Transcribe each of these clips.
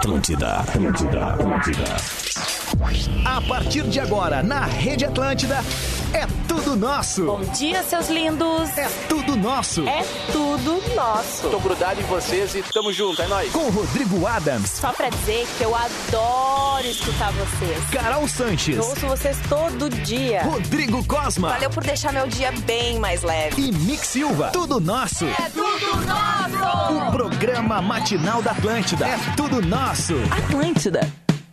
Atlântida. A partir de agora, na Rede Atlântida, é tudo nosso. Bom dia, seus lindos. É tudo nosso. É tudo nosso. Tô grudado em vocês e tamo junto, é nóis. Com Rodrigo Adams. Só pra dizer que eu adoro escutar vocês. Carol Sanches. Eu ouço vocês todo dia. Rodrigo Cosma. Valeu por deixar meu dia bem mais leve. E Mick Silva. Tudo nosso. É tudo nosso. O programa matinal da Atlântida. É tudo nosso. Atlântida.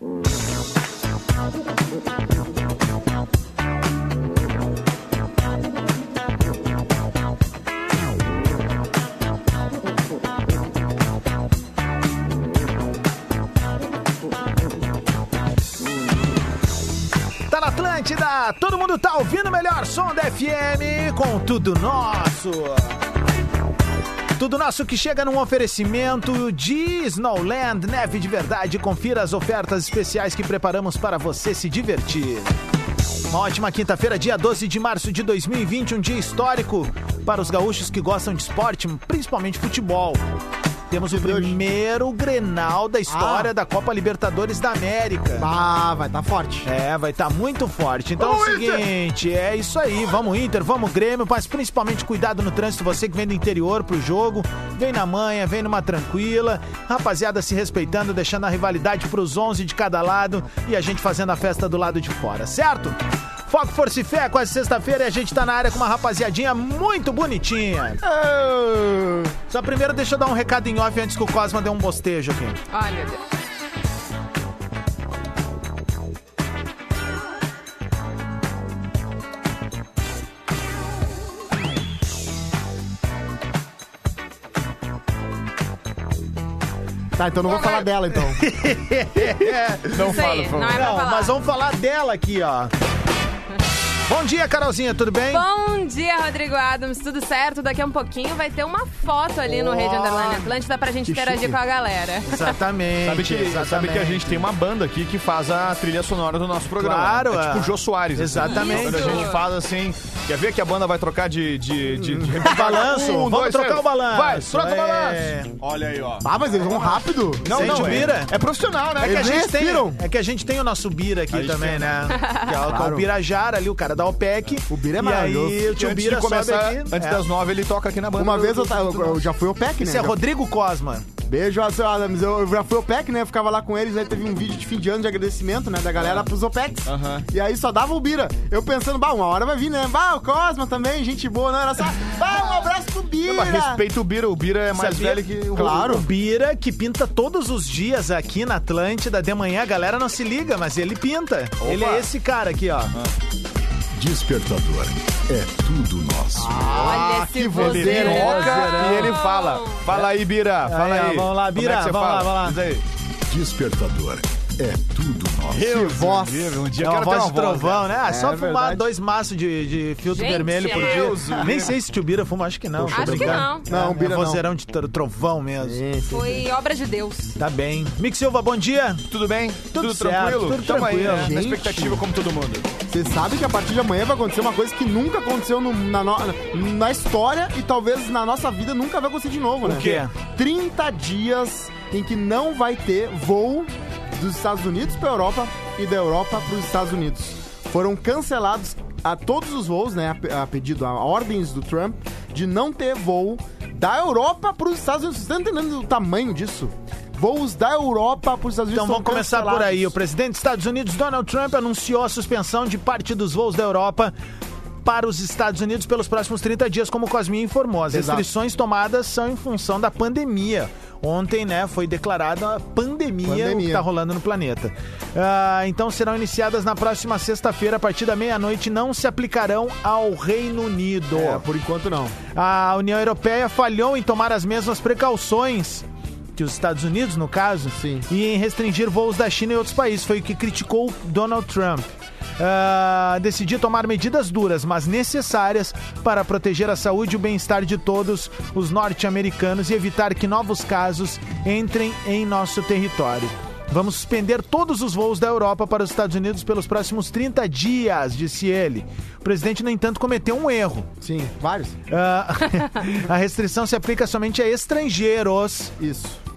Tá na Atlântida, todo mundo tá ouvindo o melhor som da FM com Tudo Nosso. Tudo Nosso que chega num oferecimento de Snowland, neve de verdade. Confira as ofertas especiais que preparamos para você se divertir. Uma ótima quinta-feira, dia 12 de março de 2020, um dia histórico para os gaúchos que gostam de esporte, principalmente futebol. Temos o primeiro Grenal da história da Copa Libertadores da América. Ah, vai tá forte. É, vai estar muito forte. Então é o seguinte, é isso aí. Vamos Inter, vamos Grêmio, mas principalmente cuidado no trânsito. Você que vem do interior pro jogo, vem na manha, vem numa tranquila. Rapaziada se respeitando, deixando a rivalidade pros 11 de cada lado e a gente fazendo a festa do lado de fora, certo? Foco, Força e Fé, quase sexta-feira, e a gente tá na área com uma rapaziadinha muito bonitinha. Só primeiro deixa eu dar um recado em off antes que o Cosma dê um bostejo aqui. Ai, meu Deus. Tá, então não vou falar dela, então. Não Isso aí, fala, por favor. não é pra falar. Mas vamos falar dela aqui, ó. Bom dia, Carolzinha, tudo bem? Bom dia, Rodrigo Adams, tudo certo? Daqui a um pouquinho vai ter uma foto ali no Rede Underline Atlântida pra gente interagir com a galera. Exatamente. Sabe que a gente tem uma banda aqui que faz a trilha sonora do nosso programa. Claro, é tipo o Jô Soares. Exatamente. Quando a gente faz assim, quer ver que a banda vai trocar de balanço. Vamos trocar o balanço. Vai, troca o balanço. É. Olha aí, ó. Ah, mas eles vão rápido. Sente o Bira? É profissional, né? É que a gente tem o nosso Bira aqui também, tem, né? Que é o Birajara ali, o cara da OPEC. O Bira é e maravilhoso. aí o tio Antes Bira de começar, sobe aqui. antes das 9 ele toca aqui na banda. Uma vez eu já fui ao PEC, né? Esse é Rodrigo Cosma. Beijo, seu Adams. Eu já fui ao PEC, né? Eu ficava lá com eles, aí teve um vídeo de fim de ano de agradecimento, né? Da galera pros OPECs. E aí só dava o Bira. Eu pensando, uma hora vai vir, né? O Cosma também, gente boa. Não, era só, um abraço pro Bira. Mas respeita o Bira é mais velho que o Claro. O Bira, que pinta todos os dias aqui na Atlântida, de manhã a galera não se liga, mas ele pinta. Opa. Ele é esse cara aqui, ó. Despertador. É tudo nosso. Olha esse Ele vozeirão. toca e ele fala. Fala aí, Bira. Fala aí. Vamos lá, Bira. Como é que você Vamos fala? lá. Diz aí. Despertador. É tudo nosso. Que voz. Um dia É uma quero ter voz de trovão, né? Só fumar verdade. 2 maços de filtro Gente, vermelho por Deus, dia. Nem sei se o tio Bira fuma, acho que não. Acho que não. Não, Bira é não. vozeirão de trovão mesmo. Foi obra de Deus. Tá bem. Mick Silva, bom dia. Tudo bem? Tudo certo, tranquilo? tudo Tamo tranquilo. aí, né? Na Gente. expectativa como todo mundo. Você sabe que a partir de amanhã vai acontecer uma coisa que nunca aconteceu na história e talvez na nossa vida nunca vai acontecer de novo, né? O quê? 30 dias em que não vai ter voo dos Estados Unidos para a Europa e da Europa para os Estados Unidos. Foram cancelados a todos os voos, né, a pedido, a ordens do Trump, de não ter voo da Europa para os Estados Unidos. Você está entendendo o tamanho disso? Voos da Europa para os Estados Unidos. Então vamos começar por aí. O presidente dos Estados Unidos, Donald Trump, anunciou a suspensão de parte dos voos da Europa para os Estados Unidos pelos próximos 30 dias, como o Cosminha informou. As restrições tomadas são em função da pandemia. Ontem, né, foi declarada a pandemia. O que está rolando no planeta. Então serão iniciadas na próxima sexta-feira, a partir da meia-noite, não se aplicarão ao Reino Unido. Por enquanto não. A União Europeia falhou em tomar as mesmas precauções que os Estados Unidos, no caso, Sim. e em restringir voos da China e outros países. Foi o que criticou Donald Trump. Decidiu tomar medidas duras, mas necessárias para proteger a saúde e o bem-estar de todos os norte-americanos e evitar que novos casos entrem em nosso território. Vamos suspender todos os voos da Europa para os Estados Unidos pelos próximos 30 dias, disse ele. O presidente, no entanto, cometeu um erro. Sim, vários. A restrição se aplica somente a estrangeiros Isso.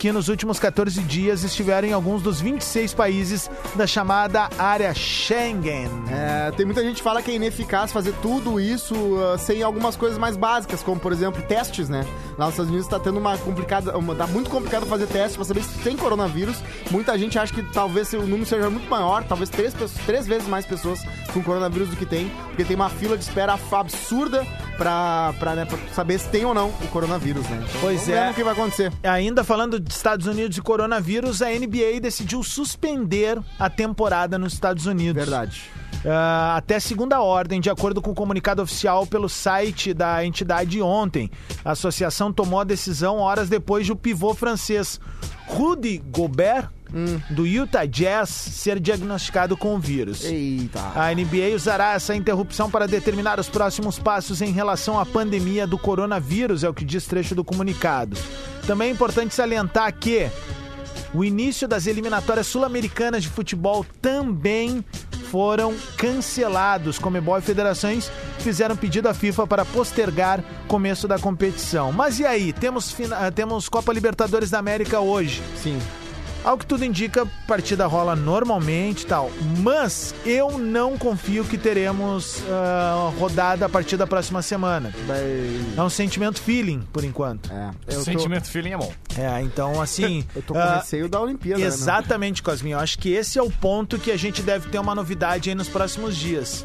que nos últimos 14 dias estiveram em alguns dos 26 países da chamada área Schengen. Tem muita gente que fala que é ineficaz fazer tudo isso sem algumas coisas mais básicas, como, por exemplo, testes, né? Lá nos Estados Unidos tá tendo tá muito complicado fazer testes pra saber se tem coronavírus. Muita gente acha que talvez o número seja muito maior, talvez 3 vezes mais pessoas com coronavírus do que tem, porque tem uma fila de espera absurda pra saber se tem ou não o coronavírus, né? Então, pois vamos ver o que vai acontecer. Ainda falando de Estados Unidos e coronavírus, a NBA decidiu suspender a temporada nos Estados Unidos. Verdade. Até segunda ordem, de acordo com o comunicado oficial pelo site da entidade ontem. A associação tomou a decisão horas depois de o pivô francês Rudy Gobert, do Utah Jazz, ser diagnosticado com o vírus. Eita. A NBA usará essa interrupção para determinar os próximos passos em relação à pandemia do coronavírus, é o que diz trecho do comunicado. Também é importante salientar que o início das eliminatórias sul-americanas de futebol também foram cancelados. Conmebol e federações fizeram pedido à FIFA para postergar o começo da competição. Mas e aí? Temos Copa Libertadores da América hoje. Sim. Ao que tudo indica, a partida rola normalmente e tal. Mas eu não confio que teremos rodada a partir da próxima semana. É um sentimento feeling, por enquanto. Sentimento feeling é bom. Então assim... eu tô com receio da Olimpíada. Exatamente, Cosminho. Eu acho que esse é o ponto que a gente deve ter uma novidade aí nos próximos dias.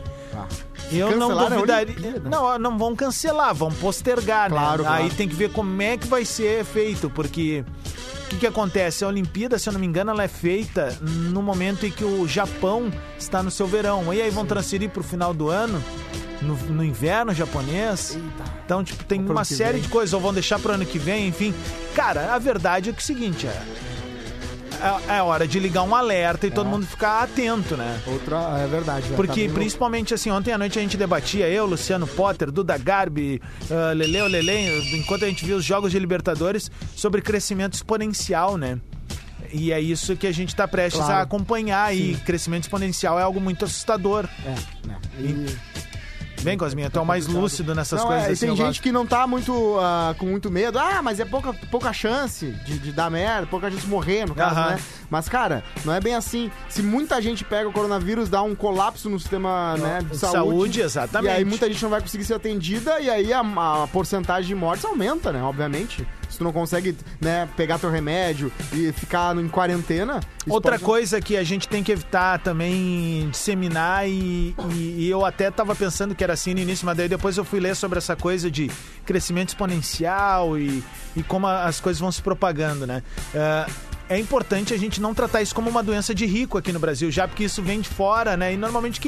Eu não duvidaria. Não vão cancelar, vão postergar, claro, né? Aí tem que ver como é que vai ser feito, porque... O que acontece? A Olimpíada, se eu não me engano, ela é feita no momento em que o Japão está no seu verão. E aí vão transferir para o final do ano, no inverno japonês. Então, tem uma série de coisas. Ou vão deixar para o ano que vem, enfim. Cara, a verdade é que é o seguinte, é hora de ligar um alerta e todo mundo ficar atento, né? É verdade. Porque principalmente assim, ontem à noite a gente debatia, eu, Luciano Potter, Duda Garbi, Lele, enquanto a gente via os jogos de Libertadores, sobre crescimento exponencial, né? E é isso que a gente tá prestes a acompanhar. Sim. E crescimento exponencial é algo muito assustador. Bem, Cosminha, tu é o mais lúcido nessas coisas. Assim, tem gente que não tá muito com muito medo. Mas é pouca chance de dar merda, pouca chance de morrer, no caso, né? Mas, cara, não é bem assim. Se muita gente pega o coronavírus, dá um colapso no sistema, né, de saúde. Exatamente. E aí muita gente não vai conseguir ser atendida e aí a porcentagem de mortes aumenta, né? Obviamente. Se tu não consegue, né, pegar teu remédio e ficar em quarentena... Outra coisa que a gente tem que evitar também disseminar e eu até tava pensando que era assim no início, mas daí depois eu fui ler sobre essa coisa de crescimento exponencial e como as coisas vão se propagando, né? É importante a gente não tratar isso como uma doença de rico aqui no Brasil, já porque isso vem de fora, né? E normalmente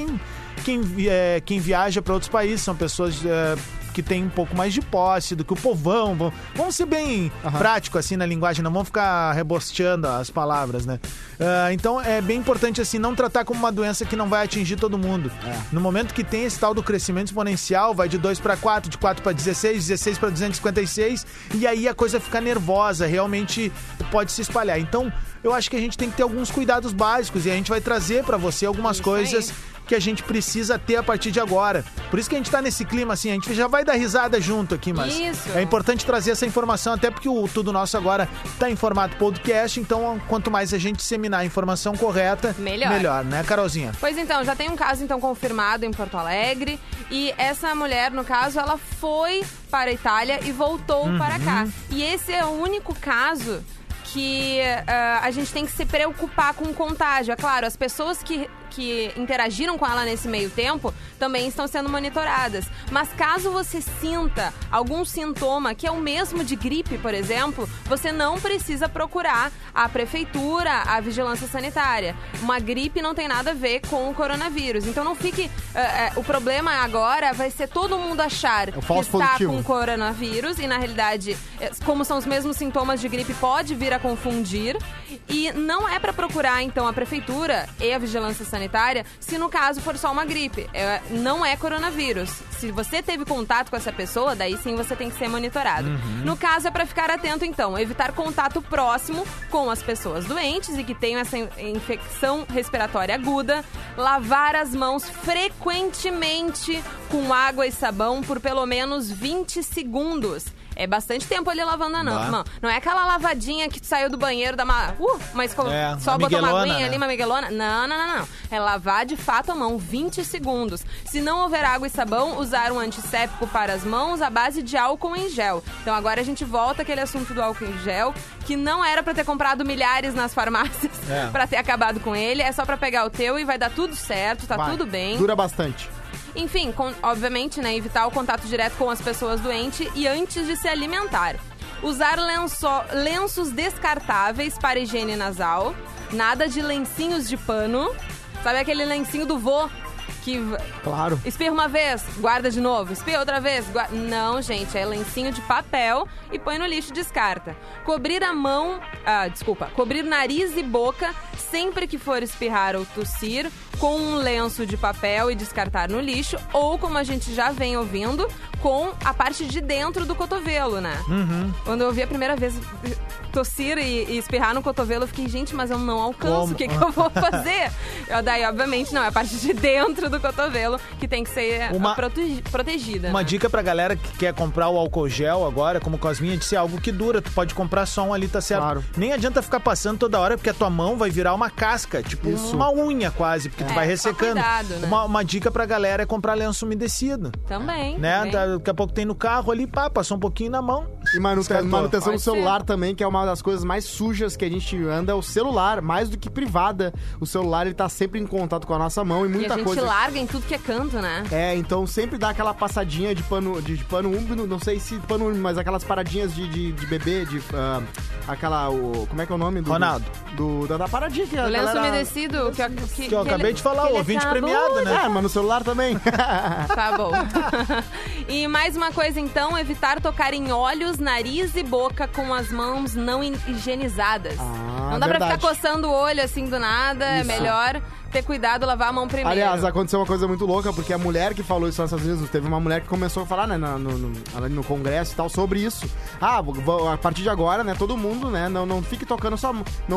quem viaja para outros países são pessoas... que tem um pouco mais de posse do que o povão. Vamos ser bem prático assim na linguagem, não vamos ficar rebosteando as palavras, né? Então é bem importante assim não tratar como uma doença que não vai atingir todo mundo. No momento que tem esse tal do crescimento exponencial, vai de 2 para 4, de 4 para 16, 16 para 256, e aí a coisa fica nervosa, realmente pode se espalhar. Então eu acho que a gente tem que ter alguns cuidados básicos e a gente vai trazer para você algumas coisas que a gente precisa ter a partir de agora. Por isso que a gente tá nesse clima assim, a gente já vai dar risada junto aqui, mas é importante trazer essa informação, até porque o Tudo Nosso agora tá em formato podcast, então quanto mais a gente disseminar a informação correta, melhor, né, Carolzinha? Pois então, já tem um caso então confirmado em Porto Alegre, e essa mulher, no caso, ela foi para a Itália e voltou para cá. E esse é o único caso que a gente tem que se preocupar com o contágio. É claro, as pessoas que interagiram com ela nesse meio tempo também estão sendo monitoradas. Mas caso você sinta algum sintoma que é o mesmo de gripe, por exemplo, você não precisa procurar a prefeitura, a vigilância sanitária. Uma gripe não tem nada a ver com o coronavírus. Então não fique... o problema agora vai ser todo mundo achar que está com coronavírus e, na realidade, como são os mesmos sintomas de gripe, pode vir a confundir. E não é para procurar, então, a prefeitura e a vigilância sanitária se no caso for só uma gripe. Não é coronavírus. Se você teve contato com essa pessoa, daí sim você tem que ser monitorado. No caso é para ficar atento, então, evitar contato próximo com as pessoas doentes e que tenham essa infecção respiratória aguda, lavar as mãos frequentemente com água e sabão por pelo menos 20 segundos. É bastante tempo ali lavando a mão. Não é aquela lavadinha que tu saiu do banheiro, dá mas só botou uma aguinha ali, uma miguelona. Não. É lavar de fato a mão, 20 segundos. Se não houver água e sabão, usar um antisséptico para as mãos à base de álcool em gel. Então agora a gente volta àquele assunto do álcool em gel, que não era pra ter comprado milhares nas farmácias pra ter acabado com ele. É só pra pegar o teu e vai dar tudo certo, tudo bem. Dura bastante. Enfim, obviamente, né, evitar o contato direto com as pessoas doentes e antes de se alimentar. Usar lenços descartáveis para higiene nasal. Nada de lencinhos de pano. Sabe aquele lencinho do vô? Que claro. Espirra uma vez, guarda de novo. Espirra outra vez, Não, gente, é lencinho de papel e põe no lixo e descarta. Cobrir nariz e boca sempre que for espirrar ou tossir com um lenço de papel e descartar no lixo, ou, como a gente já vem ouvindo, com a parte de dentro do cotovelo, né? Quando eu ouvi a primeira vez tossir e espirrar no cotovelo, eu fiquei, gente, mas eu não alcanço, o que eu vou fazer? Daí, obviamente, não, é a parte de dentro do cotovelo que tem que ser protegida. Uma dica pra galera que quer comprar o álcool gel agora, como Cosminha disse, é algo que dura, tu pode comprar só um ali, tá certo? Claro. Nem adianta ficar passando toda hora, porque a tua mão vai virar uma casca, tipo uma unha quase, porque tu vai ressecando. Cuidado, né? Uma dica pra galera é comprar lenço umedecido. Também. Né? Também. Daqui a pouco tem no carro ali, passou um pouquinho na mão. E manutenção do celular ser. também, que é uma das coisas mais sujas que a gente anda, é o celular, mais do que privada. O celular, ele tá sempre em contato com a nossa mão e muita coisa. E a gente larga em tudo que é canto, né? Então sempre dá aquela passadinha de pano úmido, não sei se pano úmido, mas aquelas paradinhas de bebê, como é que é o nome? Ronaldo. Da paradinha que o lenço umedecido que eu acabei de falar, o ouvinte premiado, né? Mas no celular também. Tá bom. E mais uma coisa, então, evitar tocar em olhos, nariz e boca com as mãos não higienizadas. Não dá verdade. pra ficar coçando o olho assim do nada, é melhor ter cuidado, lavar a mão primeiro. Aliás, aconteceu uma coisa muito louca, porque a mulher que falou isso nos Estados Unidos, teve uma mulher que começou a falar, né, ali no congresso e tal, sobre isso. A partir de agora, né, todo mundo, né, não fique tocando sua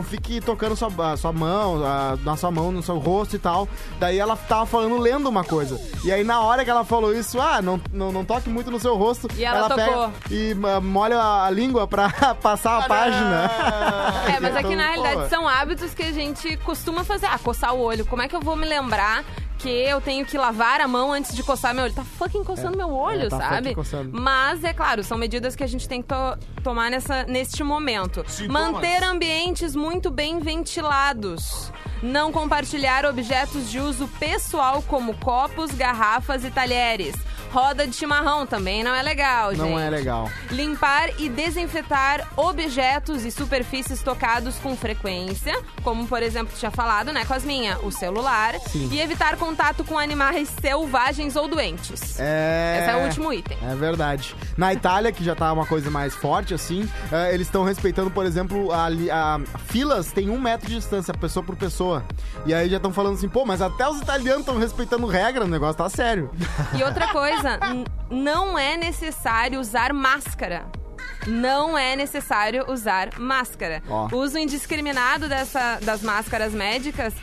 mão, na sua mão, no seu rosto e tal. Daí ela tava falando, lendo uma coisa. E aí, na hora que ela falou isso, não toque muito no seu rosto. E ela tocou. Pega e molha a língua pra passar a página. Mas aqui, na realidade, são hábitos que a gente costuma fazer. Coçar o olho. Como é que eu vou me lembrar que eu tenho que lavar a mão antes de coçar meu olho? Tá fucking coçando meu olho, sabe? Mas, é claro, são medidas que a gente tem que tomar neste momento. Manter ambientes muito bem ventilados. Não compartilhar objetos de uso pessoal como copos, garrafas e talheres. Roda de chimarrão também não é legal, gente. Não é legal. Limpar e desinfetar objetos e superfícies tocados com frequência, como, por exemplo, tinha falado, né, Cosminha? O celular. Sim. E evitar contato com animais selvagens ou doentes. Esse é o último item. É verdade. Na Itália, que já tá uma coisa mais forte, assim, eles estão respeitando, por exemplo, filas tem 1 metro de distância, pessoa por pessoa. E aí já estão falando assim, mas até os italianos estão respeitando regra, o negócio tá sério. E outra coisa, não é necessário usar máscara. Não é necessário usar máscara. O uso indiscriminado das máscaras médicas,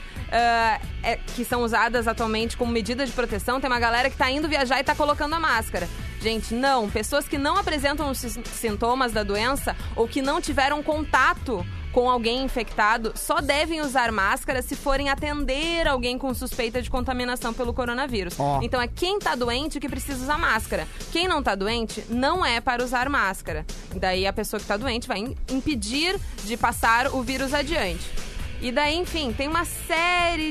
que são usadas atualmente como medida de proteção. Tem uma galera que tá indo viajar e tá colocando a máscara. Gente, não. Pessoas que não apresentam os sintomas da doença ou que não tiveram contato com alguém infectado só devem usar máscara se forem atender alguém com suspeita de contaminação pelo coronavírus. Então é quem tá doente que precisa usar máscara. Quem não tá doente não é para usar máscara. Daí a pessoa que tá doente vai impedir de passar o vírus adiante. E daí, enfim, tem uma série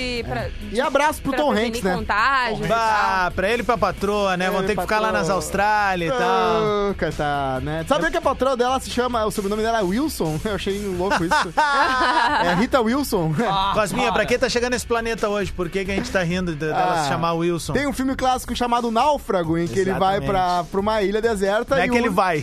E abraço pro Tom Hanks, né? Contágio pra ele e pra patroa, né? Vão ter que ficar lá nas Austrália e tal. Tá, né? Sabe que a patroa dela se chama... O sobrenome dela é Wilson? Eu achei louco isso. É Rita Wilson. Cosminha, pra quem tá chegando nesse planeta hoje? Por que a gente tá rindo dela se chamar Wilson? Tem um filme clássico chamado Náufrago, em que ele vai pra uma ilha deserta. Não é que ele vai.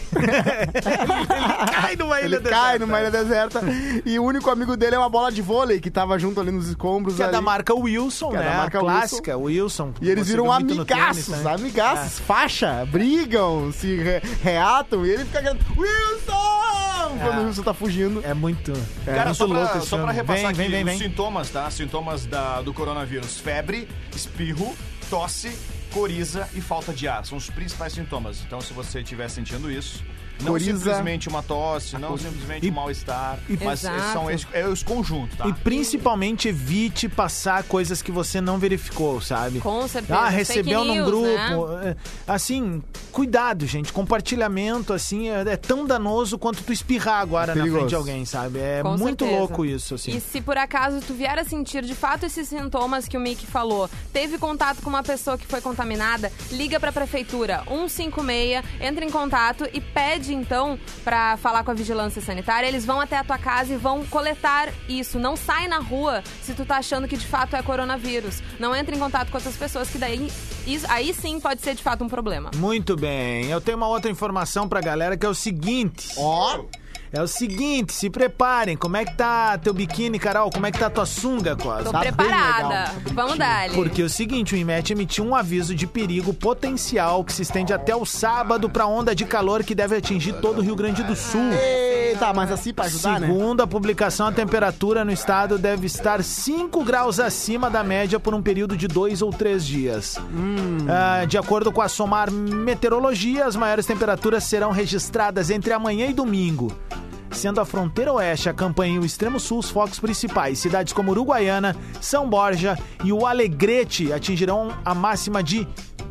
Ele cai numa ilha deserta. Ele cai numa ilha deserta. E o único amigo dele é uma bola de vôlei que tava junto ali nos escombros. Que é da marca Wilson, né? Da marca clássica, Wilson. E eles viram amigaços, faixa, brigam, se reatam, e ele fica gritando, Wilson! Quando o Wilson tá fugindo. É muito... Cara, muito louco só pra repassar aqui vem. os sintomas, tá? Sintomas do coronavírus. Febre, espirro, tosse, coriza e falta de ar. São os principais sintomas. Então, se você estiver sentindo isso, Não coriza. simplesmente uma tosse, não simplesmente um mal-estar, mas são os conjuntos, tá? E principalmente evite passar coisas que você não verificou, sabe? Com certeza. Recebeu Fake num news, grupo. né? Assim, cuidado, gente. Compartilhamento, assim, é tão danoso quanto tu espirrar agora na frente de alguém, sabe? É Com muito certeza. louco isso, assim. E se por acaso tu vier a sentir de fato esses sintomas que o Mickey falou, teve contato com uma pessoa que foi contaminada, liga pra prefeitura 156, entra em contato e pede então pra falar com a vigilância sanitária. Eles vão até a tua casa e vão coletar isso. Não sai na rua se tu tá achando que de fato é coronavírus. Não entre em contato com outras pessoas, que daí aí sim pode ser de fato um problema. Muito bem. Eu tenho uma outra informação pra galera que é o seguinte. É o seguinte, se preparem. Como é que tá teu biquíni, Carol? Como é que tá tua sunga, Cosa? Tô Tá preparada. bem Vamos dar ali. Porque é o seguinte, o INMET emitiu um aviso de perigo potencial que se estende até o sábado pra onda de calor que deve atingir todo o Rio Grande do Sul. Eita, mas assim pra ajudar, né? Segundo a publicação, a temperatura no estado deve estar 5 graus acima da média por um período de 2 ou 3 dias. De acordo com a SOMAR Meteorologia, as maiores temperaturas serão registradas entre amanhã e domingo. Sendo a fronteira oeste, a campanha e o extremo sul os focos principais. Cidades como Uruguaiana, São Borja e o Alegrete atingirão a máxima de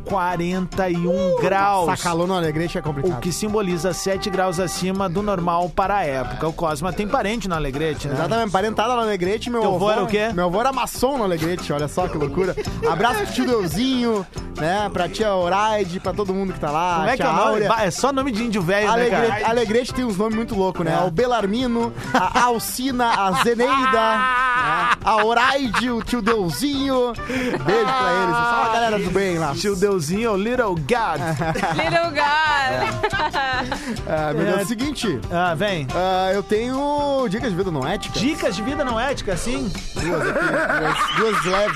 41 graus. Sacalou no Alegrete é complicado. O que simboliza 7 graus acima do normal para a época. O Cosma tem parente no Alegrete, né? Exatamente, parentada no Alegrete, meu Teu avô avô era o quê? Meu avô era maçom no Alegrete, olha só que loucura. Abraço pro tio Deuzinho, né, pra tia Horaide, pra todo mundo que tá lá. Como é que é o nome? É só nome de índio velho, né, cara? Alegrete tem uns nomes muito loucos, né? O Belarmino, a Alcina, a Zeneida, né? A Horaide, o tio Deuzinho. Beijo pra eles, só uma galera do bem lá. Tio Deusinho, o Little God. Little God. Meu Deus, é o seguinte, Vem. eu tenho dicas de vida não ética. Dicas de vida não ética, sim? Duas leves.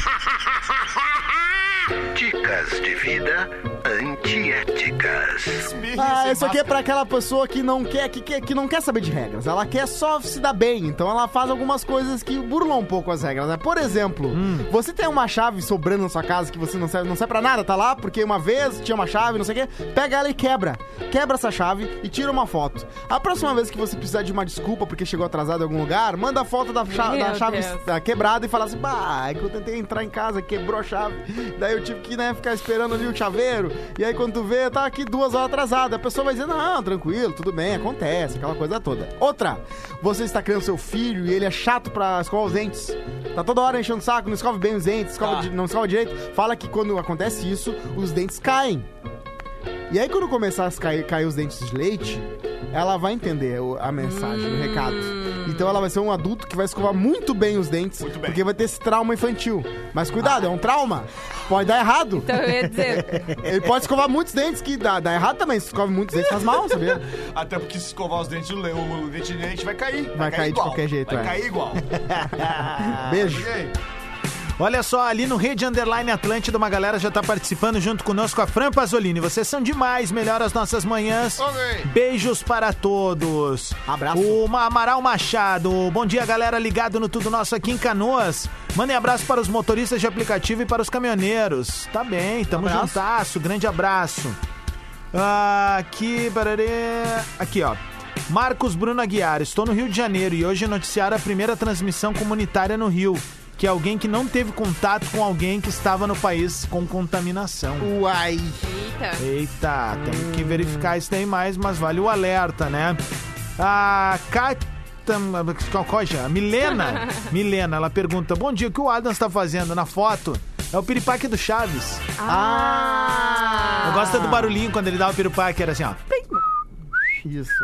Dicas de vida antiéticas. Isso aqui é pra aquela pessoa que não quer saber de regras. Ela quer só se dar bem. Então ela faz algumas coisas que burlam um pouco as regras, né? Por exemplo, você tem uma chave sobrando na sua casa que você não serve pra nada, tá lá? Porque uma vez tinha uma chave, não sei o quê. Pega ela e quebra. Quebra essa chave e tira uma foto. A próxima vez que você precisar de uma desculpa porque chegou atrasado em algum lugar, manda a foto da chave quebrada e fala assim: é que eu tentei entrar em casa, quebrou a chave. Daí eu tive que, né, ficar esperando ali o chaveiro. E aí quando tu vê, tá aqui 2 horas atrasada. A pessoa vai dizer: não, tranquilo, tudo bem, acontece, aquela coisa toda. Outra, você está criando seu filho e ele é chato pra escovar os dentes. Tá toda hora enchendo o saco, não escova bem os dentes, não escova direito. Fala que quando acontece isso, os dentes caem. E aí quando começar a cair os dentes de leite, ela vai entender a mensagem, o recado. Então ela vai ser um adulto que vai escovar muito bem os dentes, porque vai ter esse trauma infantil. Mas cuidado, é um trauma. Pode dar errado. Então eu ia dizer. Ele pode escovar muitos dentes, que dá errado também. Se escova muitos dentes, faz mal, sabia? Até porque se escovar os dentes, o dente de leite vai cair. Vai cair de qualquer jeito, Vai cair igual. Beijo. Olha só, ali no Rede Underline Atlântida, uma galera já tá participando junto conosco, a Fran Pasolini. Vocês são demais, melhora as nossas manhãs. Beijos para todos. Abraço. O Amaral Machado, bom dia, galera, ligado no Tudo Nosso aqui em Canoas. Mandem abraço para os motoristas de aplicativo e para os caminhoneiros. Tá bem, tamo juntasso, grande abraço. Aqui, ó. Marcos Bruno Aguiar, estou no Rio de Janeiro e hoje noticiaram a primeira transmissão comunitária no Rio, que é alguém que não teve contato com alguém que estava no país com contaminação. Uai! Eita, temos que verificar isso daí mais, mas vale o alerta, né? A Milena, ela pergunta: bom dia, o que o Adams está fazendo na foto? É o piripaque do Chaves. Eu gosto do barulhinho quando ele dá o piripaque, era assim, ó. Isso.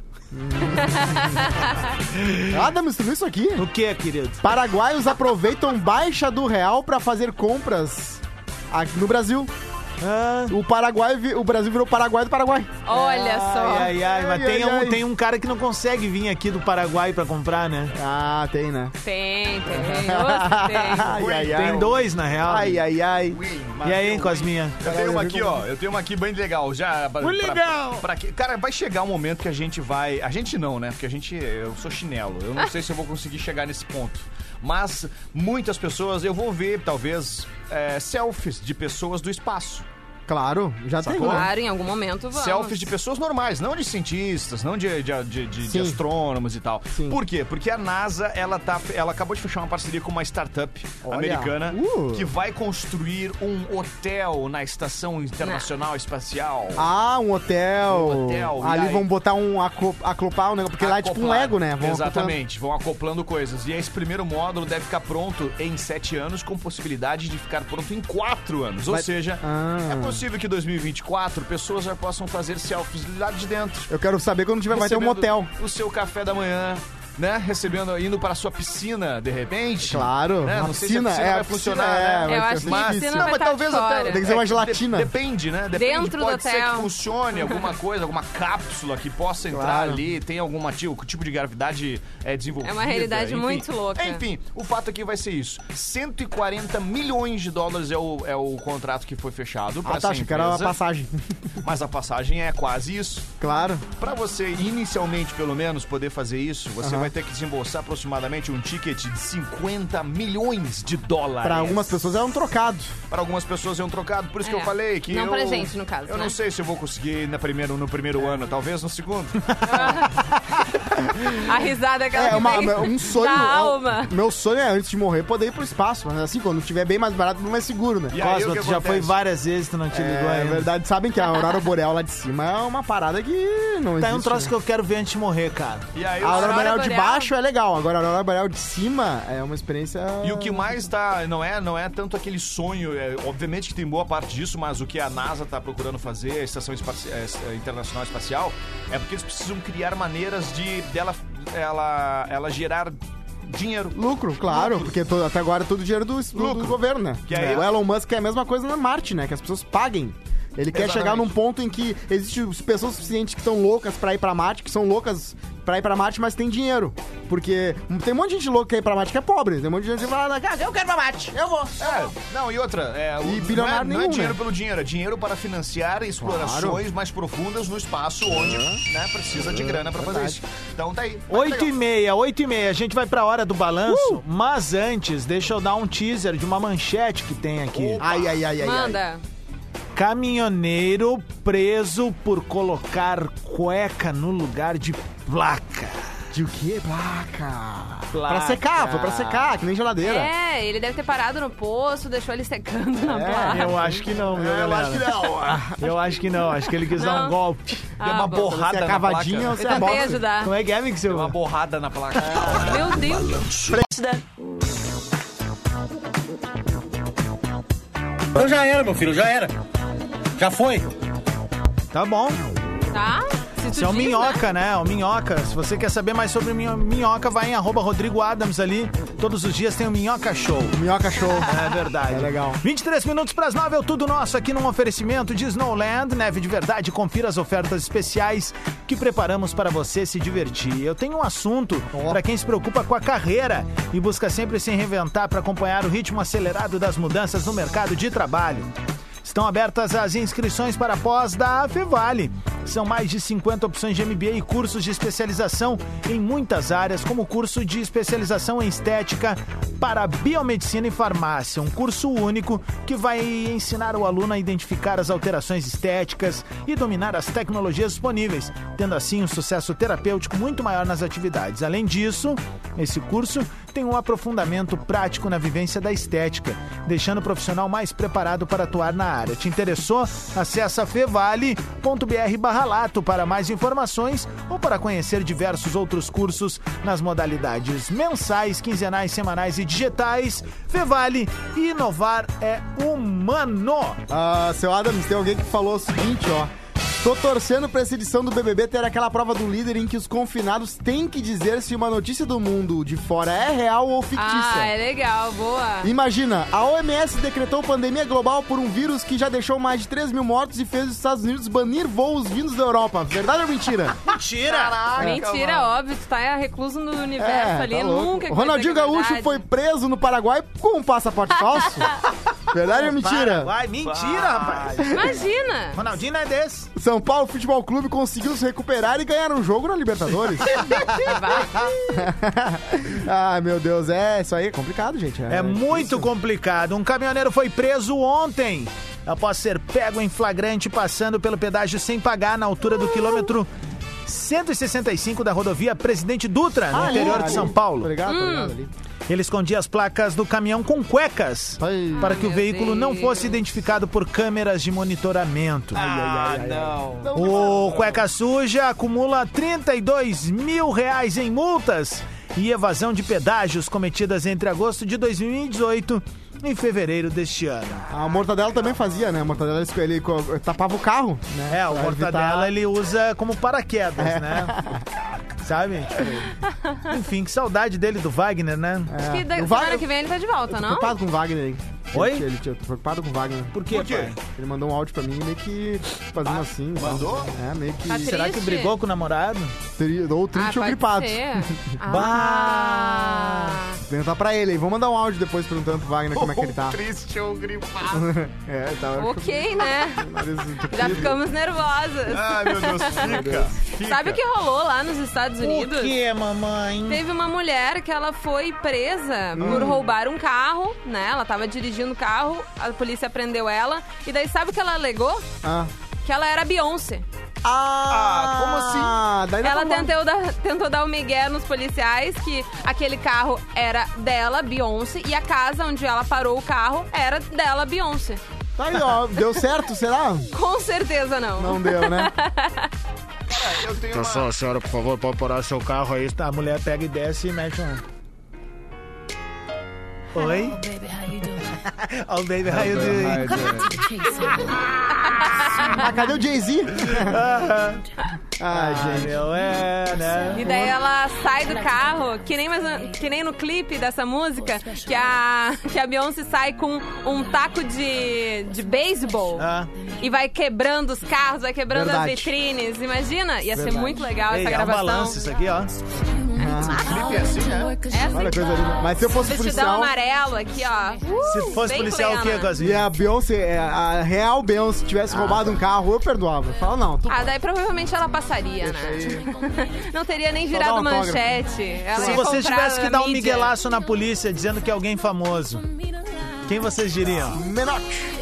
Adams, tu viu isso aqui? O que, querido? Paraguaios aproveitam baixa do real pra fazer compras aqui no Brasil. O Brasil virou Paraguai do Paraguai. Olha só. Mas tem um cara que não consegue vir aqui do Paraguai pra comprar, né? Tem, né? Tem. Tem 2, na real. Ai. E aí, Cosminha? Eu tenho uma aqui bem legal. Legal! Cara, vai chegar um momento que a gente vai... A gente não, né? Porque eu sou chinelo. Eu não sei se eu vou conseguir chegar nesse ponto. Mas muitas pessoas, eu vou ver, talvez, selfies de pessoas do espaço. Claro, já tem. Claro, em algum momento vamos. Selfies de pessoas normais, não de cientistas, não de astrônomos e tal. Sim. Por quê? Porque a NASA, ela acabou de fechar uma parceria com uma startup americana que vai construir um hotel na Estação Internacional Espacial. Ah, um hotel. Um hotel. Ali E aí- vão botar acoplar um negócio, porque lá é tipo um Lego, né? Vão Exatamente, vão acoplando coisas. E esse primeiro módulo deve ficar pronto em 7 anos, com possibilidade de ficar pronto em 4 anos. Ou seja, é possível que em 2024 pessoas já possam fazer selfies lá de dentro. Eu quero saber quando tiver, vai ter um motel. O seu café da manhã, né? Indo para a sua piscina, de repente. Claro, né? uma Não sei se a piscina, piscina vai funcionar, né? Eu acho que a piscina Não, vai mas estar talvez fora. até... Tem que ser uma gelatina. Depende, né? Depende. Dentro do Pode ser hotel. que funcione alguma coisa, alguma cápsula que possa entrar Claro. ali, tem algum tipo de gravidade desenvolvida. É uma realidade enfim. muito louca. Enfim, o fato aqui vai ser isso. 140 milhões de dólares é o contrato que foi fechado para essa Acho que era uma empresa. passagem. Mas a passagem é quase isso. Claro. Pra você, inicialmente, pelo menos, poder fazer isso, você vai ter que desembolsar aproximadamente um ticket de 50 milhões de dólares. Pra algumas pessoas é um trocado. Para algumas pessoas é um trocado, por isso que eu falei que Não pra gente, no caso, Eu né? não sei se eu vou conseguir no primeiro ano, talvez no segundo. A risada que ela fez um sonho. da alma. Meu sonho é, antes de morrer, poder ir pro espaço. Mas assim, quando estiver bem mais barato, mais seguro, né? E aí, Cosma, o que tu já foi acontece? várias vezes, tu não te ligou É ainda. verdade, sabem que a aurora boreal lá de cima é uma parada que não Tá existe. aí um troço né? que eu quero ver antes de morrer, cara. E aí, A aurora boreal de boreal. baixo é legal, agora a aurora boreal de cima é uma experiência... E o que mais tá... Não é tanto aquele sonho, obviamente que tem boa parte disso, mas o que a NASA tá procurando fazer, a Estação Internacional Espacial, é porque eles precisam criar maneiras ela gerar dinheiro. Lucro, claro, porque até agora é todo dinheiro do governo, né? Que aí- O Elon Musk é a mesma coisa na Marte, né? Que as pessoas paguem. Ele quer Exatamente. chegar num ponto em que existem pessoas suficientes que estão loucas pra ir pra Marte, que são loucas pra ir pra Marte, mas tem dinheiro. Porque tem um monte de gente louca que quer ir pra Marte que é pobre. Tem um monte de gente que fala, eu quero pra Marte, eu vou. Não, e outra, E bilionário não é nenhum, dinheiro né? pelo dinheiro, é dinheiro para financiar explorações mais profundas no espaço onde precisa de grana pra fazer isso. Então tá aí. 8h30, a gente vai pra hora do balanço, mas antes, deixa eu dar um teaser de uma manchete que tem aqui. Ai, ai, ai, ai. Manda. Caminhoneiro preso por colocar cueca no lugar de placa. De o quê? Placa. Placa. Pra secar, foi pra secar, que nem geladeira. É, ele deve ter parado no poço, deixou ele secando na placa. Eu acho que não, viu, Eu galera? acho que não. Eu acho que não, acho que ele quis dar um Não. golpe. Deu uma bom. borrada Você é na cavadinha ou placa. você Eu é tentei bosta? ajudar. Como é que é, Mix? Deu uma borrada na placa. Meu Deus. Então já era, meu filho, já era. Já foi. Tá bom. Tá? Se tu Esse é o diz, Minhoca, né? O Minhoca. Se você quer saber mais sobre o Minhoca, vai em @Rodrigo Adams ali. Todos os dias tem o Minhoca Show. Minhoca show. É verdade. É legal. 23 minutos para as 9, é o Tudo Nosso aqui num oferecimento de Snowland, neve de verdade. Confira as ofertas especiais que preparamos para você se divertir. Eu tenho um assunto para quem se preocupa com a carreira e busca sempre se reinventar para acompanhar o ritmo acelerado das mudanças no mercado de trabalho. Estão abertas as inscrições para a pós da Fevale. São mais de 50 opções de MBA e cursos de especialização em muitas áreas, como o curso de especialização em estética para biomedicina e farmácia. Um curso único que vai ensinar o aluno a identificar as alterações estéticas e dominar as tecnologias disponíveis, tendo assim um sucesso terapêutico muito maior nas atividades. Além disso, esse curso tem um aprofundamento prático na vivência da estética, deixando o profissional mais preparado para atuar na área. Te interessou? Acesse fevale.br/lato para mais informações ou para conhecer diversos outros cursos nas modalidades mensais, quinzenais, semanais e digitais. Fevale, inovar é humano. Seu Adams, tem alguém que falou o seguinte, ó. Tô torcendo pra essa edição do BBB ter aquela prova do líder em que os confinados têm que dizer se uma notícia do mundo de fora é real ou fictícia. Ah, é legal, boa. Imagina, a OMS decretou pandemia global por um vírus que já deixou mais de 3 mil mortos e fez os Estados Unidos banir voos vindos da Europa. Verdade ou mentira? Mentira! Mentira, óbvio, tu tá recluso no universo ali, tá louco. nunca que O vai Ronaldinho dizer que é Gaúcho verdade. foi preso no Paraguai com um passaporte falso? Verdade ou mentira? Vai, mentira, rapaz. Imagina! Ronaldinho não é desse. São Paulo Futebol Clube conseguiu se recuperar e ganhar um jogo na Libertadores. Ai, meu Deus, isso aí é complicado, gente. É muito difícil. complicado. Um caminhoneiro foi preso ontem após ser pego em flagrante passando pelo pedágio sem pagar na altura do quilômetro 165 da rodovia Presidente Dutra, no interior de São Paulo. Obrigado, ali. Ele escondia as placas do caminhão com cuecas para que o veículo não fosse identificado por câmeras de monitoramento. O cueca suja acumula R$32 mil em multas e evasão de pedágios cometidas entre agosto de 2018 e fevereiro deste ano. A Mortadela também fazia, né? A Mortadela, ele tapava o carro, né? O Mortadela ele usa como paraquedas, né? Sabe? Enfim, que saudade dele do Wagner, né? Acho que semana que vem ele tá de volta, não? Eu tô preocupado com o Wagner aí. Oi? Ele tô preocupado com o Wagner. Por quê, pai? Ele mandou um áudio pra mim meio que fazendo assim. Mandou? Meio que... Tá Será que brigou com o namorado? Ou triste ou gripado. Perguntar pra ele aí. Vamos mandar um áudio depois perguntando pro Wagner como é que ele tá. Triste ou gripado. Tá. Ok, né? Já ficamos nervosas. Ai, meu Deus, fica. Sabe o que rolou lá nos Estados Unidos? O que, mamãe? Teve uma mulher que ela foi presa por roubar um carro, né? Ela tava dirigindo o carro, a polícia prendeu ela. E daí sabe o que ela alegou? Que ela era Beyoncé. Como assim? Daí ela tentou dar o migué nos policiais que aquele carro era dela, Beyoncé, e a casa onde ela parou o carro era dela, Beyoncé. Tá aí, ó. Deu certo, será? Com certeza não. Não deu, né? Eu tenho Pessoal, senhora, por favor, pode parar seu carro aí. A mulher pega e desce e mexe um... Oi? Oh, baby, how you doing? Cadê o Jay-Z? Gente. Né? E daí ela sai do carro, que nem no clipe dessa música, que a Beyoncé sai com um taco de beisebol e vai quebrando os carros, vai quebrando as vitrines. Imagina? Ia ser muito legal essa gravação. É um balanço isso aqui, ó. clipe assim, né? Olha que coisa linda. Mas se eu fosse Vestidão policial... amarelo aqui, ó. Se fosse policial, plena. o que, Gozinho? E a Beyoncé, a real Beyoncé, tivesse roubado um carro, eu perdoava. Fala, não. Daí provavelmente ela passaria, né? Não teria nem virado um autógrafo. manchete. Ela Se ia você comprar tivesse que a dar um mídia. miguelaço na polícia dizendo que é alguém famoso, quem vocês diriam? Menotti.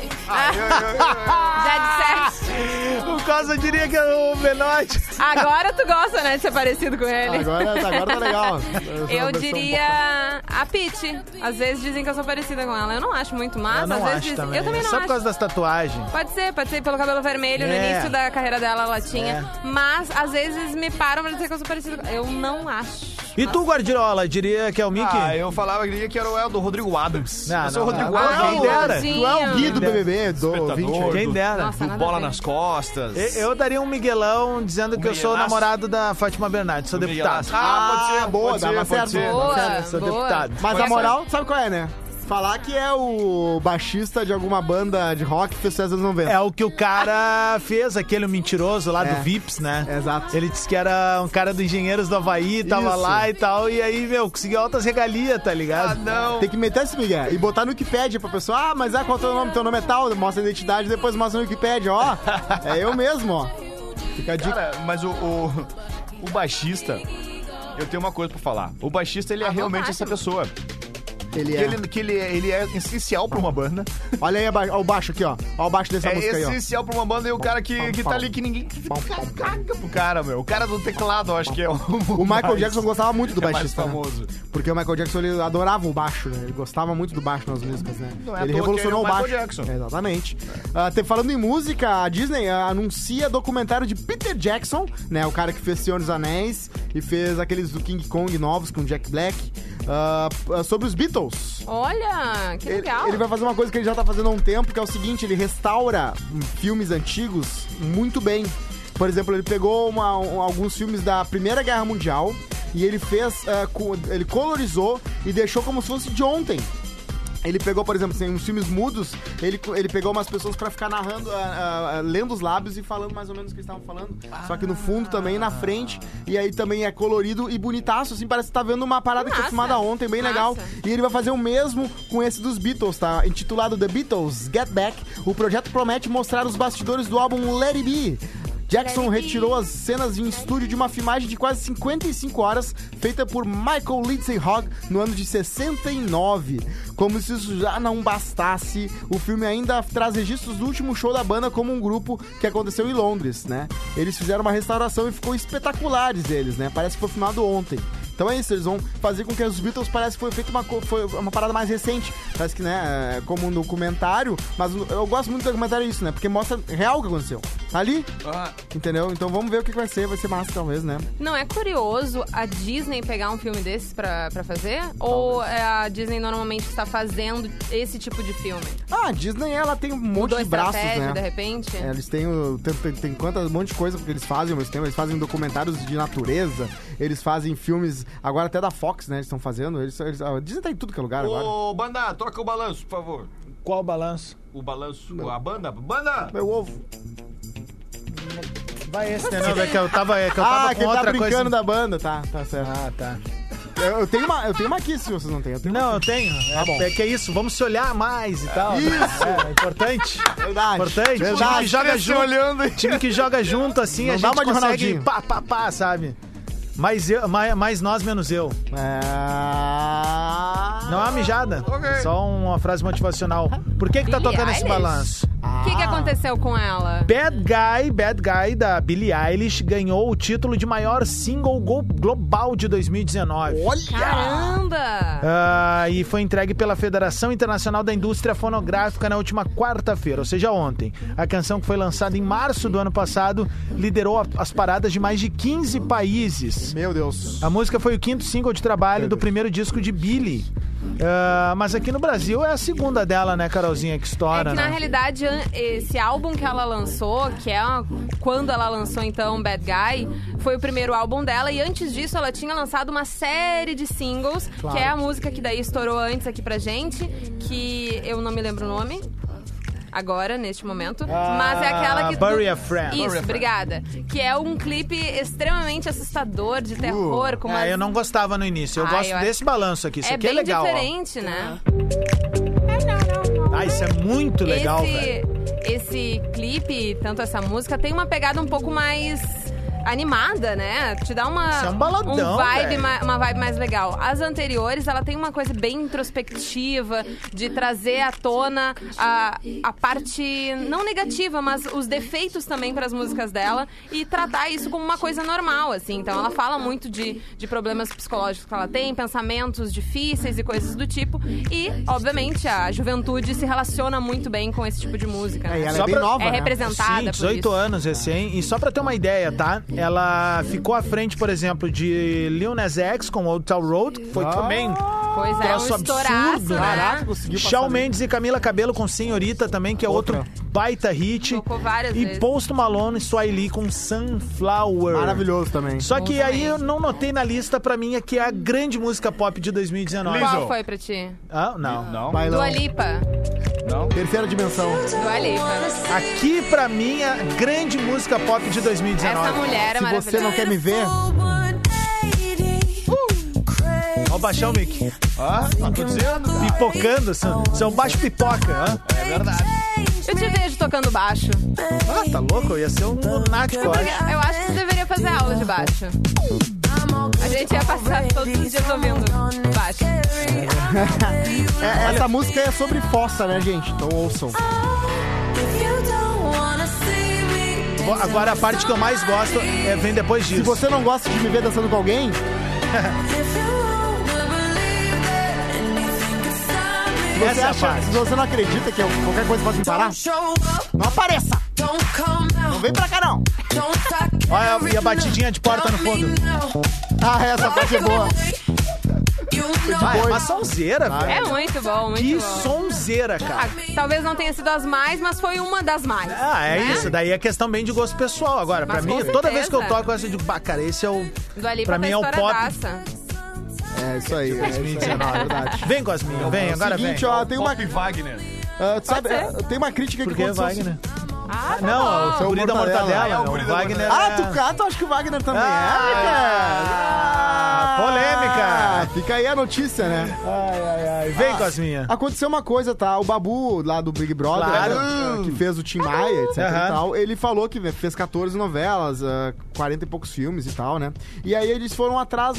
Já disseste. O Cosa diria que é o Menotti. Agora tu gosta, né, de ser parecido com ele. Agora tá legal. Eu diria a Pitty. Às vezes dizem que eu sou parecida com ela. Eu não acho muito massa. Eu não às vezes acho dizem... também. Eu também não Só acho. por causa das tatuagens. Pode ser pelo cabelo vermelho. No início da carreira dela, ela tinha. Mas, às vezes, me param pra dizer que eu sou parecida com ela. Eu não acho. E tu, Guardiola, diria que é o Mickey? Eu falava que era o do Rodrigo Adams. Não, sou o Rodrigo não. Adams. Quem dera. Tu é o Gui do BBB, do Espectador, 20. Quem dera. Nossa, Do nada a bola ver. nas costas. Eu daria um Miguelão dizendo que eu sou Miguelaço. namorado da Fátima Bernardes, sou deputado. Pode ser, boa, pode dava ser, certo. pode ser. Boa, Sou boa. deputado. Mas Pode a ser. moral, sabe qual é, né? Falar que é o baixista de alguma banda de rock que fez sucesso nos anos 90. É o que o cara fez, aquele mentiroso lá do Vips, né? Exato. Ele disse que era um cara do Engenheiros do Havaí, tava Isso. lá e tal, e aí, conseguiu altas regalias, tá ligado? Não. Tem que meter esse Miguel e botar no Wikipedia pra pessoa. Mas qual é o teu nome? Teu nome é tal. Mostra a identidade, depois mostra no Wikipedia. Ó, é eu mesmo, ó. Fica a dica. Cara, mas o baixista, eu tenho uma coisa pra falar. O baixista, ele é realmente essa pessoa. Ele é. Ele é essencial pra uma banda. Olha aí o baixo aqui, ó. Olha o baixo dessa É música aí, ó. essencial pra uma banda e o cara que tá ali que ninguém caga pro cara, meu. O cara do teclado, eu acho que é o Michael mais- Jackson gostava muito do é mais baixista, né? famoso. Porque o Michael Jackson, ele adorava o baixo, né? Ele gostava muito do baixo nas músicas, né? Não é à Ele toa revolucionou o que ele é o baixo. Michael Jackson. Exatamente. Falando em música, a Disney anuncia documentário de Peter Jackson, né? O cara que fez Senhor dos Anéis e fez aqueles do King Kong novos com Jack Black, sobre os Beatles. Olha, que legal. Ele vai fazer uma coisa que ele já tá fazendo há um tempo, que é o seguinte: ele restaura filmes antigos muito bem. Por exemplo, ele pegou alguns filmes da Primeira Guerra Mundial e ele fez, ele colorizou e deixou como se fosse de ontem. Ele pegou, por exemplo, uns filmes mudos, ele pegou umas pessoas pra ficar narrando, lendo os lábios e falando mais ou menos o que eles estavam falando. Só que no fundo também, na frente, e aí também é colorido e bonitaço, assim, parece que tá vendo uma parada que foi Massa. filmada ontem, bem legal. E ele vai fazer o mesmo com esse dos Beatles, tá? Intitulado The Beatles Get Back. O projeto promete mostrar os bastidores do álbum Let It Be, Jackson retirou as cenas em estúdio de uma filmagem de quase 55 horas feita por Michael Lindsay Hogg no ano de 69. Como se isso já não bastasse, o filme ainda traz registros do último show da banda como um grupo que aconteceu em Londres, né? Eles fizeram uma restauração e ficou espetaculares eles, né? Parece que foi filmado ontem. Então é isso, eles vão fazer com que os Beatles parece que foi feita foi uma parada mais recente. Parece que, né, como um documentário, mas eu gosto muito do documentário isso, né? Porque mostra real o que aconteceu. Tá ali, entendeu? Então vamos ver o que vai ser massa talvez, né? Não é curioso a Disney pegar um filme desses pra fazer? Ou a Disney normalmente está fazendo esse tipo de filme? A Disney, ela tem um monte de braços, né? De repente? Eles têm um monte de coisa que eles fazem ao mesmo tempo. Eles fazem documentários de natureza, eles fazem filmes, agora até da Fox, né? Eles estão fazendo. A Disney tá em tudo que é lugar agora. Ô, banda, troca o balanço, por favor. Qual balanço? O balanço. A banda? Banda! Meu ovo. Vai esse, né? Não, é que eu tava que com ele tá outra brincando coisa. da banda, tá certo. Ah, tá. Eu tenho uma aqui, se vocês não têm. Eu tenho. Tá bom. É que é isso, vamos se olhar mais e tal. Isso! É importante. Verdade. Importante. Verdade. Time que joga junto. Olhando. Time que joga junto, assim, Não a dá gente uma de consegue Ronaldinho. pá, sabe? Mais nós, menos eu. Não é uma mijada. Ok. Só uma frase motivacional. Por que tá Billie tocando esse Eilish? balanço? O que aconteceu com ela? Bad Guy, da Billie Eilish, ganhou o título de maior single global de 2019. Caramba! E foi entregue pela Federação Internacional da Indústria Fonográfica na última quarta-feira, ou seja, ontem. A canção, que foi lançada em março do ano passado, liderou as paradas de mais de 15 países. Meu Deus. A música foi o 5º single de trabalho do primeiro disco de Billie. Mas aqui no Brasil é a segunda dela, né, Carolzinha, que estoura, É que, né? na realidade, esse álbum que ela lançou, que é quando ela lançou, então, Bad Guy, foi o primeiro álbum dela. E antes disso, ela tinha lançado uma série de singles, Claro. que é a música que daí estourou antes aqui pra gente, que eu não me lembro o nome agora, neste momento. Mas é aquela que... Bury a Friend. Isso, Bury a Friend. obrigada. Que é um clipe extremamente assustador, de terror, com umas... Eu não gostava no início. Eu gosto eu desse balanço aqui. Isso aqui é bem legal. diferente, né? Isso é muito legal, velho. Esse clipe, tanto essa música, tem uma pegada um pouco mais animada, né? Te dá Isso é um baladão, velho. uma vibe mais legal. As anteriores, ela tem uma coisa bem introspectiva, de trazer à tona a parte não negativa, mas os defeitos também para as músicas dela e tratar isso como uma coisa normal, assim. Então ela fala muito de problemas psicológicos que ela tem, pensamentos difíceis e coisas do tipo. E, obviamente, a juventude se relaciona muito bem com esse tipo de música, né? E ela Só é bem pra- nova, É né? representada Sim, por 18 isso. anos recém. E só pra ter uma ideia, tá? Ela ficou à frente, por exemplo, de Lil Nas X com Old Town Road, que foi também Pois é, um troço estouraço, absurdo, né? Caraca, conseguiu passar Shawn bem. Mendes e Camila Cabello com Senhorita também, que é outro baita hit. Tocou várias E vezes. Post Malone e Sway Lee com Sunflower. Maravilhoso também. Só que Bom aí também. eu não notei na lista, pra mim, que é a grande música pop de 2019. Qual foi pra ti? Ah, não. Não? Bailão. Dua Lipa. Não? Terceira dimensão. Dua Lipa. Aqui, pra mim, é a grande música pop de 2019. Essa mulher é Se maravilhosa. você não quer me ver, Ó, baixar o mic. Ah, tô dizendo. Pipocando, seu baixo pipoca. É verdade. Eu te vejo tocando baixo. Tá louco? Eu ia ser um lunático, eu acho. Eu acho que você deveria fazer aula de baixo. A gente ia passar todos os dias ouvindo baixo. essa música é sobre fossa, né, gente? Então ouçam. Agora a parte que eu mais gosto vem depois Se disso. você não gosta de me ver dançando com alguém, Essa é a parte. se você não acredita que qualquer coisa pode me parar, não apareça! Não vem pra cá, não! Olha, e a batidinha de porta no fundo. Essa parte é boa. É uma sonzeira, velho. É muito bom, muito Que bom. sonzeira, cara. Talvez não tenha sido as mais, mas foi uma das mais. É né? isso. Daí é questão bem de gosto pessoal. Agora, pra Mas mim, com toda vez que eu certeza. toco essa, eu digo, cara, esse é o... Dua Lipa Pra tá mim é o pop. estouradaça. É isso aí, é 2019. verdade. Vem, Cosminha, vem, agora Seguinte, vem. ó, tem uma, Pop Wagner. sabe, tem uma crítica Por que que aconteceu. Wagner? Ah, tá Não, bom. o guri da Mortadela. mortadela. É, o não, guri o da Wagner mortadela. Tu acha que o Wagner também polêmica. é, Fica aí a notícia, né? Ai. Vem com as minhas. Aconteceu uma coisa, tá? O Babu, lá do Big Brother, Claro. que fez o Tim Maia, etc e tal, ele falou que fez 14 novelas, 40 e poucos filmes e tal, né? E aí eles foram atrás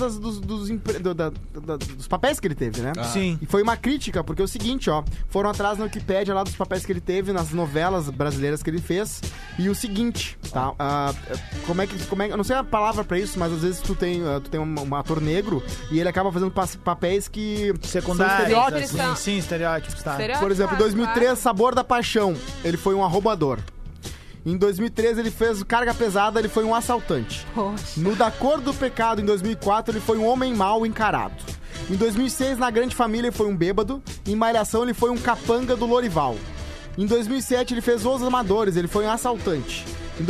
dos papéis que ele teve, né? Sim. E foi uma crítica, porque é o seguinte, ó, foram atrás na Wikipédia lá dos papéis que ele teve nas novelas brasileiras que ele fez, e o seguinte, tá? Como é que eu não sei a palavra pra isso, mas às vezes tu tem um ator negro e ele acaba fazendo papéis que Secundários, são estereótipos. assim, sim, estereótipos, tá. Por exemplo, em 2003, claro. Sabor da Paixão, ele foi um arrombador. Em 2013, ele fez Carga Pesada, ele foi um assaltante. Poxa. No Da Cor do Pecado, em 2004, ele foi um homem mau encarado. Em 2006, na Grande Família, ele foi um bêbado. Em Malhação, ele foi um capanga do Lorival. Em 2007, ele fez Os Amadores, ele foi um assaltante. Em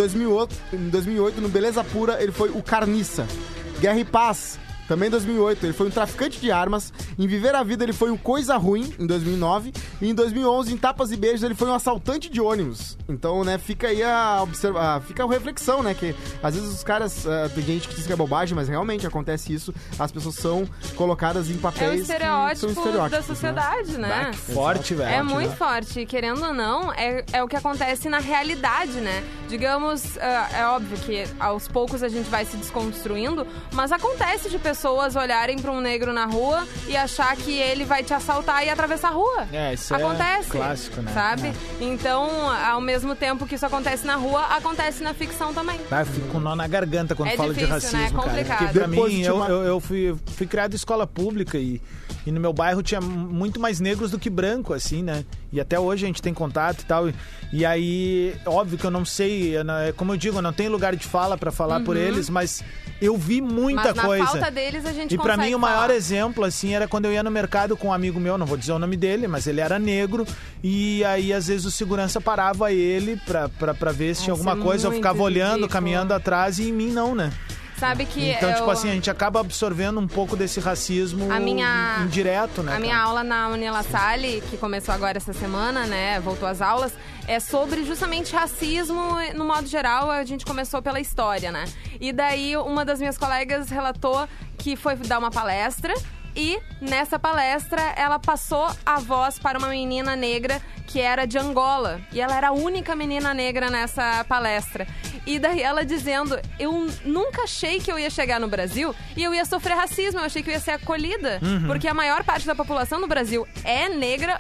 2008, no Beleza Pura, ele foi o carniça. Guerra e Paz, também em 2008, ele foi um traficante de armas. Em Viver a Vida, ele foi um coisa ruim, em 2009. E em 2011, em Tapas e Beijos, ele foi um assaltante de ônibus. Então, né, fica aí fica a reflexão, né, que às vezes os caras, tem gente que diz que é bobagem, mas realmente acontece isso. As pessoas são colocadas em papéis É o estereótipo, que são estereótipos da sociedade, né? Forte, velho. É muito forte. Querendo ou não, é o que acontece na realidade, né? Digamos, é óbvio que aos poucos a gente vai se desconstruindo, mas acontece de pessoas olharem pra um negro na rua e achar que ele vai te assaltar e atravessar a rua. Isso Acontece. é clássico, né? Sabe? Então, ao mesmo tempo que isso acontece na rua, acontece na ficção também. Eu fico com nó na garganta quando É falo de difícil, né? racismo, É complicado. cara. Porque pra Depois mim, de uma- eu fui criado em escola pública e no meu bairro tinha muito mais negros do que branco, assim, né? E até hoje a gente tem contato e tal. E aí, óbvio que eu não sei, como eu digo, eu não tenho lugar de fala pra falar por eles, mas eu vi muita Mas coisa. na falta deles, a gente E pra consegue mim o maior falar. exemplo, assim, era quando eu ia no mercado com um amigo meu, não vou dizer o nome dele, mas ele era negro, e aí às vezes o segurança parava ele pra ver se tinha alguma Isso é coisa, eu muito ficava olhando, ridículo. caminhando atrás, e em mim não, né? Sabe que Então, tipo assim, a gente acaba absorvendo um pouco desse racismo indireto, né? A minha cara? aula na Unila Salle, que começou agora essa semana, né? Voltou às aulas, é sobre justamente racismo no modo geral. A gente começou pela história, né? E daí uma das minhas colegas relatou que foi dar uma palestra. E nessa palestra ela passou a voz para uma menina negra que era de Angola. E ela era a única menina negra nessa palestra. E daí ela dizendo, eu nunca achei que eu ia chegar no Brasil e eu ia sofrer racismo, eu achei que eu ia ser acolhida. Porque a maior parte da população no Brasil é negra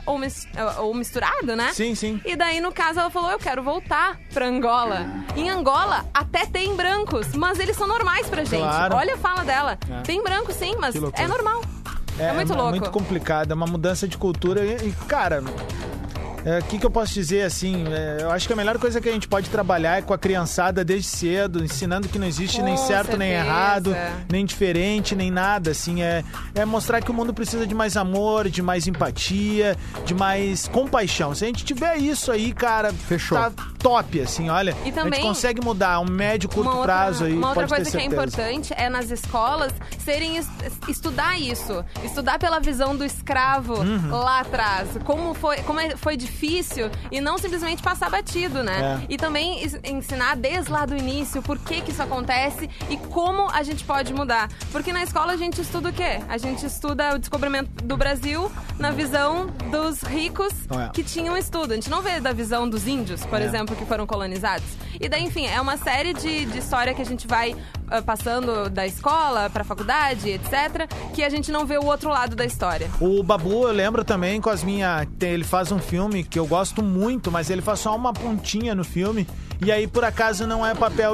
ou misturado, né? Sim, sim. E daí, no caso, ela falou, eu quero voltar pra Angola. Em Angola, até tem brancos, mas eles são normais pra gente. Claro. Olha a fala dela. Tem branco sim, mas é normal. É muito louco. É muito complicado, é uma mudança de cultura e cara... O que eu posso dizer, assim, eu acho que a melhor coisa que a gente pode trabalhar é com a criançada desde cedo, ensinando que não existe nem Com certo, nem certeza. errado, nem diferente, nem nada, assim, é mostrar que o mundo precisa de mais amor, de mais empatia, de mais compaixão. Se a gente tiver isso aí, cara, Fechou. tá top, assim, olha, E a também, gente consegue mudar um médio, curto uma prazo aí, Uma outra pode ter coisa que é certeza. importante é nas escolas estudar isso. Estudar pela visão do escravo lá atrás. Como foi difícil e não simplesmente passar batido, né? E também ensinar desde lá do início por que isso acontece e como a gente pode mudar. Porque na escola a gente estuda o quê? A gente estuda o descobrimento do Brasil na visão dos ricos que tinham estudo. A gente não vê da visão dos índios, por exemplo, que foram colonizados. E daí, enfim, é uma série de história que a gente vai passando da escola pra faculdade, etc., que a gente não vê o outro lado da história. O Babu, eu lembro também com as minhas... Ele faz um filme que eu gosto muito, mas ele faz só uma pontinha no filme. E aí, por acaso, não é papel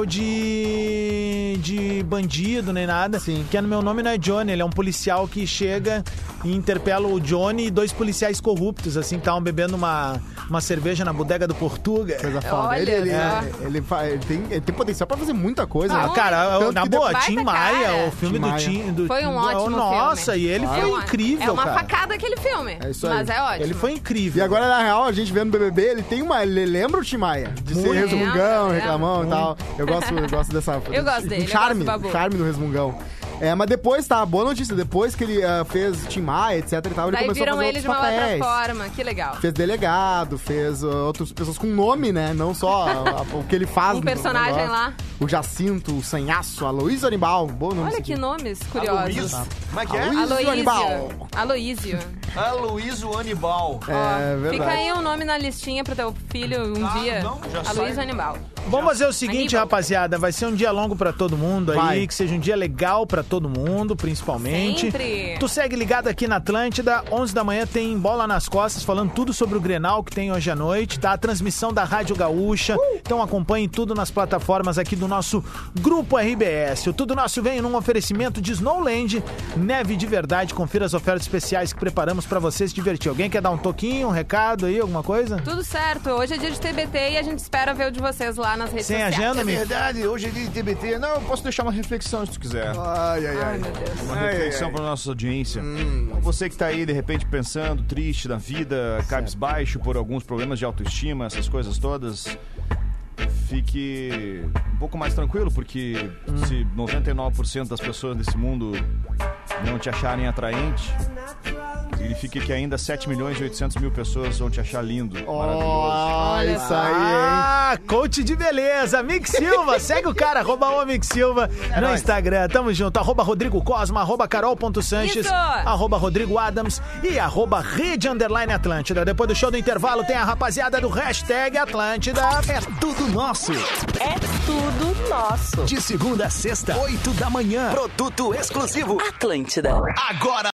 de bandido nem nada. Sim. Que é no Meu Nome Não é Johnny. Ele é um policial que chega e interpela o Johnny e 2 policiais corruptos, assim, que estavam bebendo uma cerveja na bodega do Portuga. Coisa foda. Olha Ele tem potencial pra fazer muita coisa. Ah, né? cara, Tanto na que boa, baita Tim cara. Maia, o filme Tim do Maia. Tim... Foi um ótimo Nossa, filme. e ele foi incrível, É uma cara. facada aquele filme. É isso aí. Mas é ótimo. Ele foi incrível. E agora, na real, a gente vendo o BBB, ele lembra o Tim Maia? De ser Muito. resmungão, Lembra. reclamão e tal. Eu gosto dessa... Eu gosto dele, O eu charme, gosto do Babu. charme do resmungão. Mas depois, tá, boa notícia, depois que ele fez Tim Maia, etc e tal, ele Daí começou a viram fazer ele outros de uma papéis. outra forma, que legal. Fez delegado, fez outras pessoas com nome, né? Não só o que ele faz. Um personagem negócio. lá. O Jacinto, o Sanhaço, Aloysio Anibal. Bom nome. Olha que nomes curiosos. Aloysio? Como é que é? Aloysio Anibal. Aloysio. Aloysio Anibal. É verdade. Fica aí um nome na listinha pro teu filho um dia. não, já Aloysio sai. Anibal. Vamos fazer o seguinte, Aníbal. rapaziada. Vai ser um dia longo pra todo mundo aí, Vai. que seja um dia legal pra todo mundo, principalmente. Sempre. Tu segue ligado aqui na Atlântida, 11 da manhã tem Bola nas Costas, falando tudo sobre o Grenal que tem hoje à noite, tá? A transmissão da Rádio Gaúcha. Então acompanhe tudo nas plataformas aqui do nosso Grupo RBS. O Tudo Nosso vem num oferecimento de Snowland, neve de verdade. Confira as ofertas especiais que preparamos pra você se divertir. Alguém quer dar um toquinho, um recado aí, alguma coisa? Tudo certo. Hoje é dia de TBT e a gente espera ver o de vocês lá nas redes Sem sociais. agenda, É amigo? verdade, hoje é dia de TBT. Não, eu posso deixar uma reflexão se tu quiser. Ai, ai, Ai, ai. meu Deus. Uma reflexão para nossa audiência. Você que tá aí, de repente, pensando, triste na vida, cabisbaixo por alguns problemas de autoestima, essas coisas todas, fique um pouco mais tranquilo, porque se 99% das pessoas desse mundo não te acharem atraente, significa que ainda 7.800.000 pessoas vão te achar lindo, maravilhoso. Olha isso aí, hein? Ah, coach de beleza, Mick Silva, segue o cara, @o Mick Silva no Instagram, tamo junto, @Rodrigo Cosma, @Carol.Sanches, Isso! @Rodrigo Adams e @Rede_Atlântida. Depois do show do intervalo tem a rapaziada do hashtag Atlântida. É tudo nosso. É tudo nosso. De segunda a sexta, 8 da manhã. Produto exclusivo. Atlântida. Agora.